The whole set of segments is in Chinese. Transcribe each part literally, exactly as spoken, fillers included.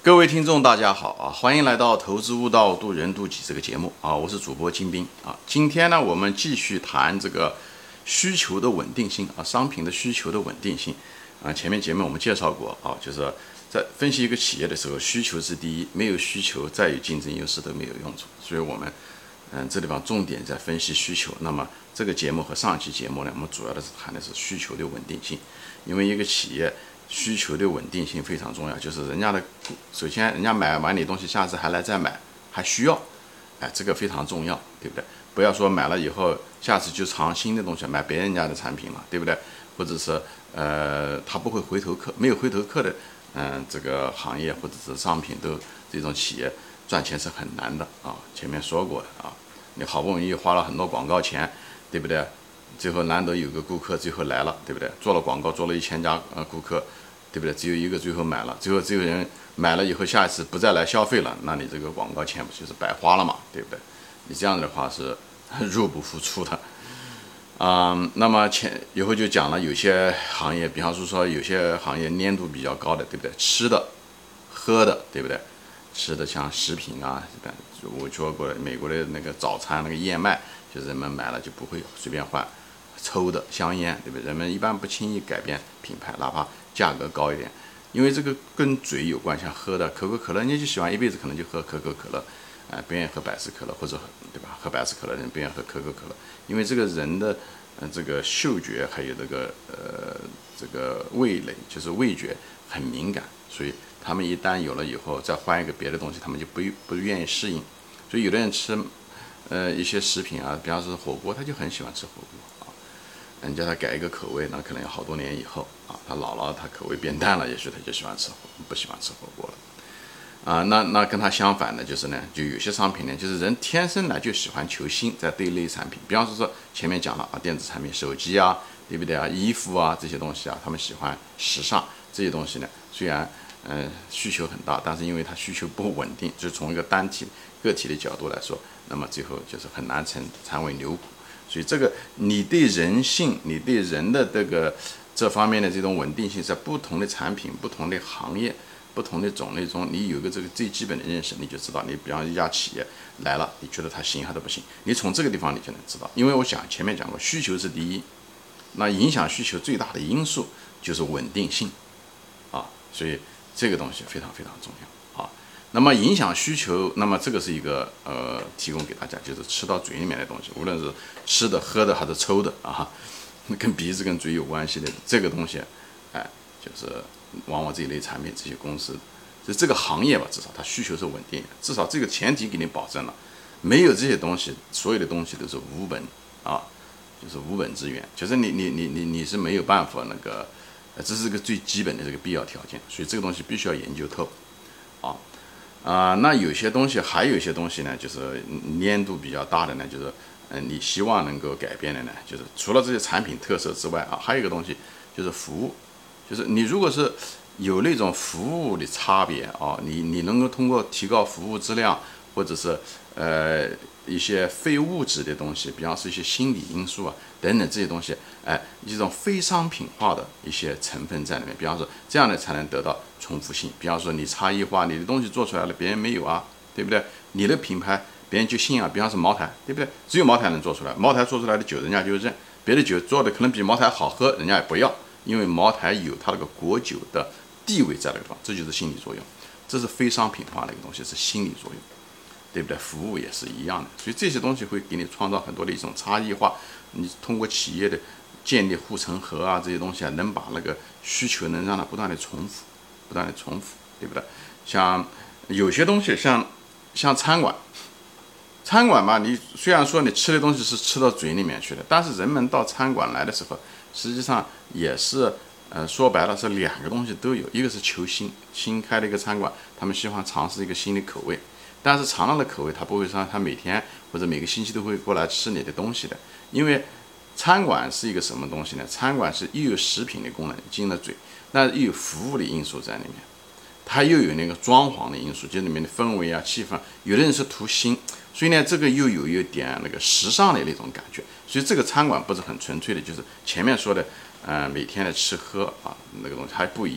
各位听众，大家好啊！欢迎来到《投资悟道，渡人渡己》这个节目啊！我是主播金兵啊。今天呢，我们继续谈这个需求的稳定性啊，商品的需求的稳定性啊。前面节目我们介绍过啊，就是在分析一个企业的时候，需求是第一，没有需求再有竞争优势都没有用处。所以我们嗯，这地方重点在分析需求。那么这个节目和上期节目呢，我们主要的是谈的是需求的稳定性，因为一个企业需求的稳定性非常重要，就是人家的首先人家买完你东西，下次还来再买，还需要，哎，这个非常重要，对不对？不要说买了以后下次就尝新的东西，买别人家的产品了，对不对？或者是呃，他不会回头客，没有回头客的，嗯、呃，这个行业或者是商品都这种企业赚钱是很难的啊。前面说过啊，你好不容易花了很多广告钱，对不对？最后难得有个顾客最后来了，对不对？做了广告做了一千家呃顾客，对不对？只有一个最后买了，最后这个人买了以后，下一次不再来消费了，那你这个广告钱不就是白花了嘛？对不对？你这样的话是入不敷出的啊、嗯。那么前以后就讲了，有些行业，比方说说有些行业粘度比较高的，对不对？吃的、喝的，对不对？吃的像食品啊，我说过美国的那个早餐那个燕麦，就是人们买了就不会随便换。抽的香烟，对不对？人们一般不轻易改变品牌，哪怕价格高一点，因为这个跟嘴有关。像喝的可口可乐，你就喜欢一辈子可能就喝可口可乐，啊、呃，不愿意喝百事可乐，或者对吧？喝百事可乐的人不愿意喝可口可乐，因为这个人的呃这个嗅觉还有这个呃这个味蕾，就是味觉很敏感，所以他们一旦有了以后，再换一个别的东西，他们就不不愿意适应。所以有的人吃呃一些食品啊，比方说火锅，他就很喜欢吃火锅。人叫他改一个口味，那可能要好多年以后啊，他老了，他口味变淡了，也许他就喜欢吃火，不喜欢吃火锅了啊。那那跟他相反的就是呢，就有些商品呢，就是人天生呢就喜欢求新，在这一类产品，比方说说前面讲了啊，电子产品、手机啊，对不对啊？衣服啊这些东西啊，他们喜欢时尚这些东西呢，虽然嗯、呃、需求很大，但是因为它需求不稳定，就从一个单体个体的角度来说，那么最后就是很难成成为牛股。所以这个你对人性，你对人的这个这方面的这种稳定性，在不同的产品、不同的行业、不同的种类中，你有个这个最基本的认识，你就知道。你比方一家企业来了，你觉得它行还是不行？你从这个地方你就能知道。因为我讲前面讲过，需求是第一，那影响需求最大的因素就是稳定性啊，所以这个东西非常非常重要。那么影响需求，那么这个是一个呃，提供给大家，就是吃到嘴里面的东西，无论是吃的、喝的还是抽的啊，跟鼻子跟嘴有关系的这个东西，哎，就是往往这一类产品，这些公司，就这个行业吧，至少它需求是稳定的，至少这个前提给你保证了，没有这些东西，所有的东西都是无本啊，就是无本之源，就是你你你你你是没有办法那个，这是个最基本的这个必要条件，所以这个东西必须要研究透啊。啊、呃，那有些东西，还有一些东西呢，就是粘度比较大的呢，就是，嗯、呃，你希望能够改变的呢，就是除了这些产品特色之外啊，还有一个东西就是服务，就是你如果是有那种服务的差别啊，你你能够通过提高服务质量，或者是呃一些非物质的东西，比方说一些心理因素啊等等这些东西，哎、呃，一种非商品化的一些成分在里面，比方说这样的才能得到重复性。比方说你差异化，你的东西做出来了，别人没有啊，对不对？你的品牌别人就信啊，比方说茅台，对不对？只有茅台能做出来，茅台做出来的酒人家就认，别的酒做的可能比茅台好喝，人家也不要，因为茅台有它那个国酒的地位在那个地方，这就是心理作用，这是非商品化的一个东西，是心理作用。对不对？服务也是一样的，所以这些东西会给你创造很多的一种差异化。你通过企业的建立护城河啊，这些东西啊，能把那个需求能让它不断的重复，不断的重复，对不对？像有些东西像，像餐馆，餐馆嘛，你虽然说你吃的东西是吃到嘴里面去的，但是人们到餐馆来的时候，实际上也是，呃，说白了是两个东西都有，一个是求新，新开的一个餐馆，他们希望尝试一个新的口味。但是尝到的口味，他不会说他每天或者每个星期都会过来吃你的东西的，因为餐馆是一个什么东西呢？餐馆是又有食品的功能进了嘴，那又有服务的因素在里面，它又有那个装潢的因素，就里面的氛围啊、气氛，有的人是图新，所以呢，这个又有一点那个时尚的那种感觉，所以这个餐馆不是很纯粹的，就是前面说的，呃，每天的吃喝啊那个东西还不一样，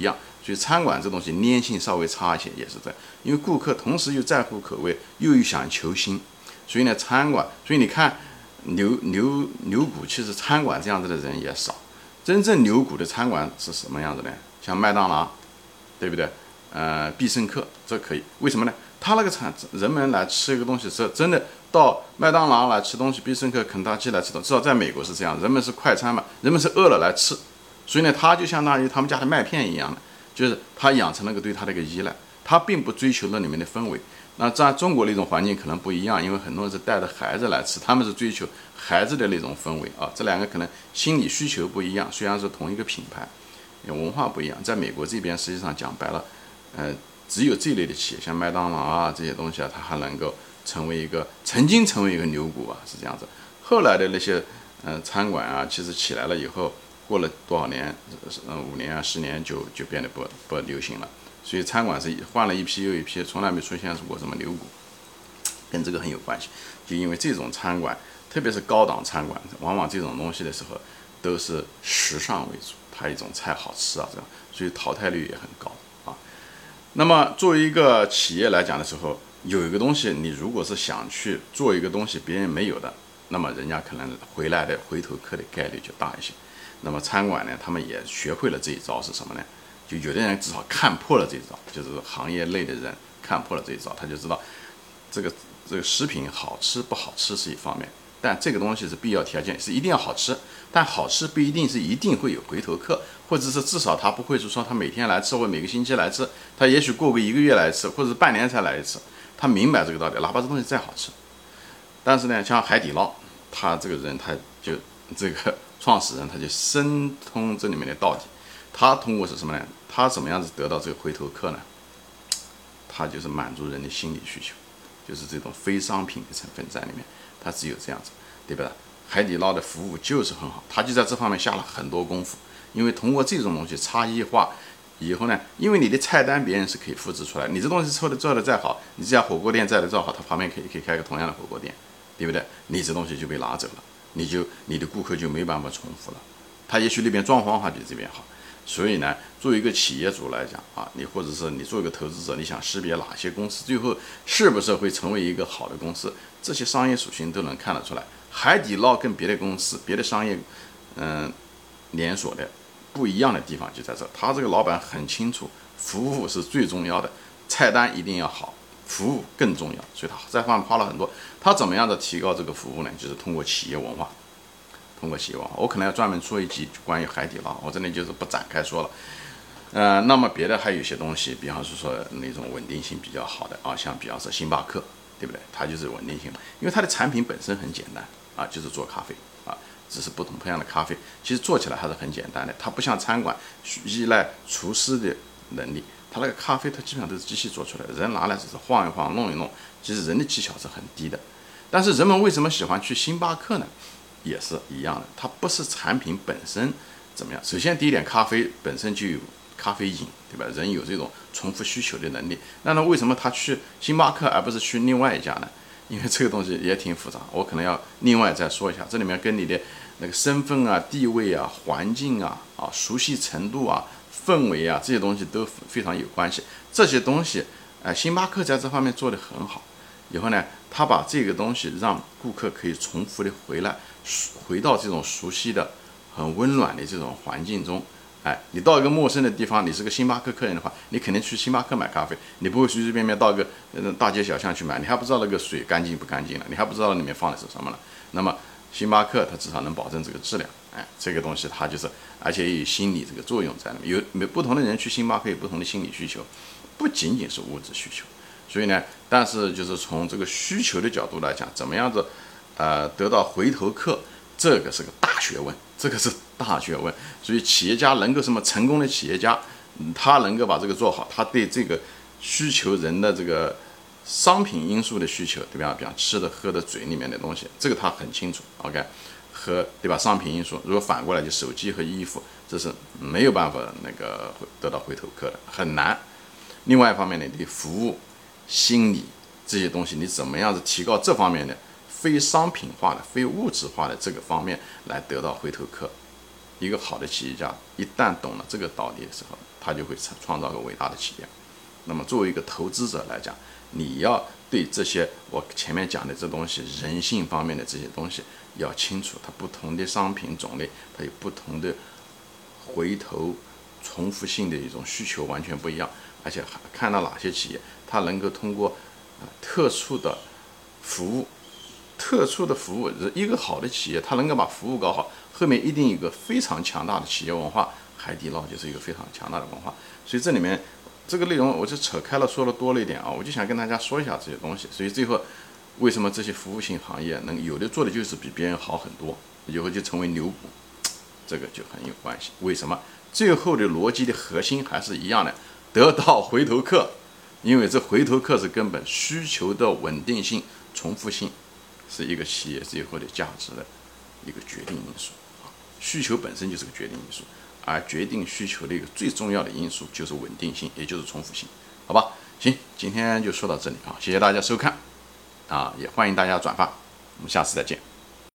所以餐馆这东西粘性稍微差一些，也是这样。因为顾客同时又在乎口味，又想求新，所以呢，餐馆，所以你看牛牛牛骨，其实餐馆这样子的人也少。真正牛骨的餐馆是什么样子呢？像麦当劳，对不对？呃，必胜客这可以，为什么呢？他那个餐人们来吃一个东西是真的到麦当劳来吃东西，必胜客、肯德基来吃东西，至少在美国是这样，人们是快餐嘛，人们是饿了来吃，所以呢，他就相当于他们家的麦片一样的，就是他养成了个对他的一个依赖，他并不追求那里面的氛围。那在中国的一种环境可能不一样，因为很多人是带着孩子来吃，他们是追求孩子的那种氛围啊，这两个可能心理需求不一样，虽然是同一个品牌，文化不一样。在美国这边，实际上讲白了，呃，只有这类的企业，像麦当劳啊这些东西啊，它还能够成为一个曾经成为一个牛股啊，是这样子。后来的那些呃餐馆啊，其实起来了以后，过了多少年，呃五年啊十年就就变得不不流行了。所以餐馆是换了一批又一批，从来没出现过什么牛股，跟这个很有关系。就因为这种餐馆，特别是高档餐馆，往往这种东西的时候都是时尚为主，它一种菜好吃啊，这样，所以淘汰率也很高啊。那么作为一个企业来讲的时候，有一个东西，你如果是想去做一个东西别人没有的，那么人家可能回来的回头客的概率就大一些。那么餐馆呢，他们也学会了这一招是什么呢？就有的人至少看破了这一招，就是行业内的人看破了这一招，他就知道这个这个食品好吃不好吃是一方面，但这个东西是必要条件，是一定要好吃。但好吃不一定是一定会有回头客，或者是至少他不会是说他每天来吃或每个星期来吃，他也许过个一个月来一次，或者是半年才来一次。他明白这个道理，哪怕这东西再好吃。但是呢，像海底捞，他这个人他就这个创始人他就深通这里面的道理。他通过是什么呢？他怎么样子得到这个回头客呢？他就是满足人的心理需求，就是这种非商品的成分在里面，他只有这样子，对吧？海底捞的服务就是很好，他就在这方面下了很多功夫。因为通过这种东西差异化以后呢，因为你的菜单别人是可以复制出来，你这东西做的做的再好，你这家火锅店再的做好，他旁边可以可以开个同样的火锅店，对不对？你这东西就被拿走了，你就你的顾客就没办法重复了。他也许那边装潢还比这边好。所以呢，作为一个企业主来讲啊，你或者是你做一个投资者，你想识别哪些公司最后是不是会成为一个好的公司，这些商业属性都能看得出来。海底捞跟别的公司、别的商业嗯、呃、连锁的不一样的地方就在这，他这个老板很清楚，服务是最重要的，菜单一定要好，服务更重要，所以他在方面花了很多。他怎么样的提高这个服务呢？就是通过企业文化。通过企业文化，我可能要专门说一集关于海底捞，我这里就是不展开说了。呃，那么别的还有一些东西，比方说那种稳定性比较好的啊，像比方说星巴克，对不对？它就是稳定性，因为它的产品本身很简单啊，就是做咖啡啊，只是不同不一样的咖啡，其实做起来还是很简单的。它不像餐馆依赖厨师的能力，它那个咖啡它基本上都是机器做出来的，人拿来只是晃一晃、弄一弄，其实人的技巧是很低的。但是人们为什么喜欢去星巴克呢？也是一样的，它不是产品本身怎么样。首先，第一点，咖啡本身就有咖啡瘾，对吧？人有这种重复需求的能力。那么为什么他去星巴克而不是去另外一家呢？因为这个东西也挺复杂，我可能要另外再说一下。这里面跟你的那个身份啊、地位啊、环境啊、啊熟悉程度啊、氛围啊这些东西都非常有关系。这些东西，呃，星巴克在这方面做得很好。以后呢，他把这个东西让顾客可以重复的回来，回到这种熟悉的、很温暖的这种环境中。哎，你到一个陌生的地方，你是个星巴克客人的话，你肯定去星巴克买咖啡，你不会随随便便到一个呃大街小巷去买，你还不知道那个水干净不干净了，你还不知道里面放的是什么了。那么星巴克它至少能保证这个质量，哎，这个东西它就是，而且也有心理这个作用在里面。有每不同的人去星巴克有不同的心理需求，不仅仅是物质需求。所以呢，但是就是从这个需求的角度来讲，怎么样子，呃，得到回头客，这个是个大学问，这个是大学问。所以企业家能够什么成功的企业家，嗯、他能够把这个做好，他对这个需求人的这个商品因素的需求，对吧？比方吃的、喝的、嘴里面的东西，这个他很清楚。OK， 和对吧？商品因素，如果反过来就手机和衣服，这是没有办法那个得到回头客的，很难。另外一方面呢，你的服务、心理这些东西，你怎么样子提高这方面的非商品化的、非物质化的这个方面来得到回头客？ 一个好的企业家一旦懂了这个道理的时候，他就会创造个伟大的企业。那么作为一个投资者来讲，你要对这些我前面讲的这东西，人性方面的这些东西要清楚，它不同的商品种类，它有不同的回头重复性的一种需求，完全不一样。而且还看到哪些企业，它能够通过呃特殊的服务。特殊的服务，一个好的企业，它能够把服务搞好，后面一定有一个非常强大的企业文化。海底捞就是一个非常强大的文化，所以这里面这个内容我就扯开了说了多了一点啊，我就想跟大家说一下这些东西。所以最后为什么这些服务性行业能有的做的就是比别人好很多，以后就成为牛股，这个就很有关系。为什么？最后的逻辑的核心还是一样的，得到回头客，因为这回头客是根本，需求的稳定性、重复性。是一个企业最后的价值的一个决定因素，需求本身就是个决定因素，而决定需求的一个最重要的因素就是稳定性，也就是重复性，好吧？行，今天就说到这里啊，谢谢大家收看，啊，也欢迎大家转发，我们下次再见。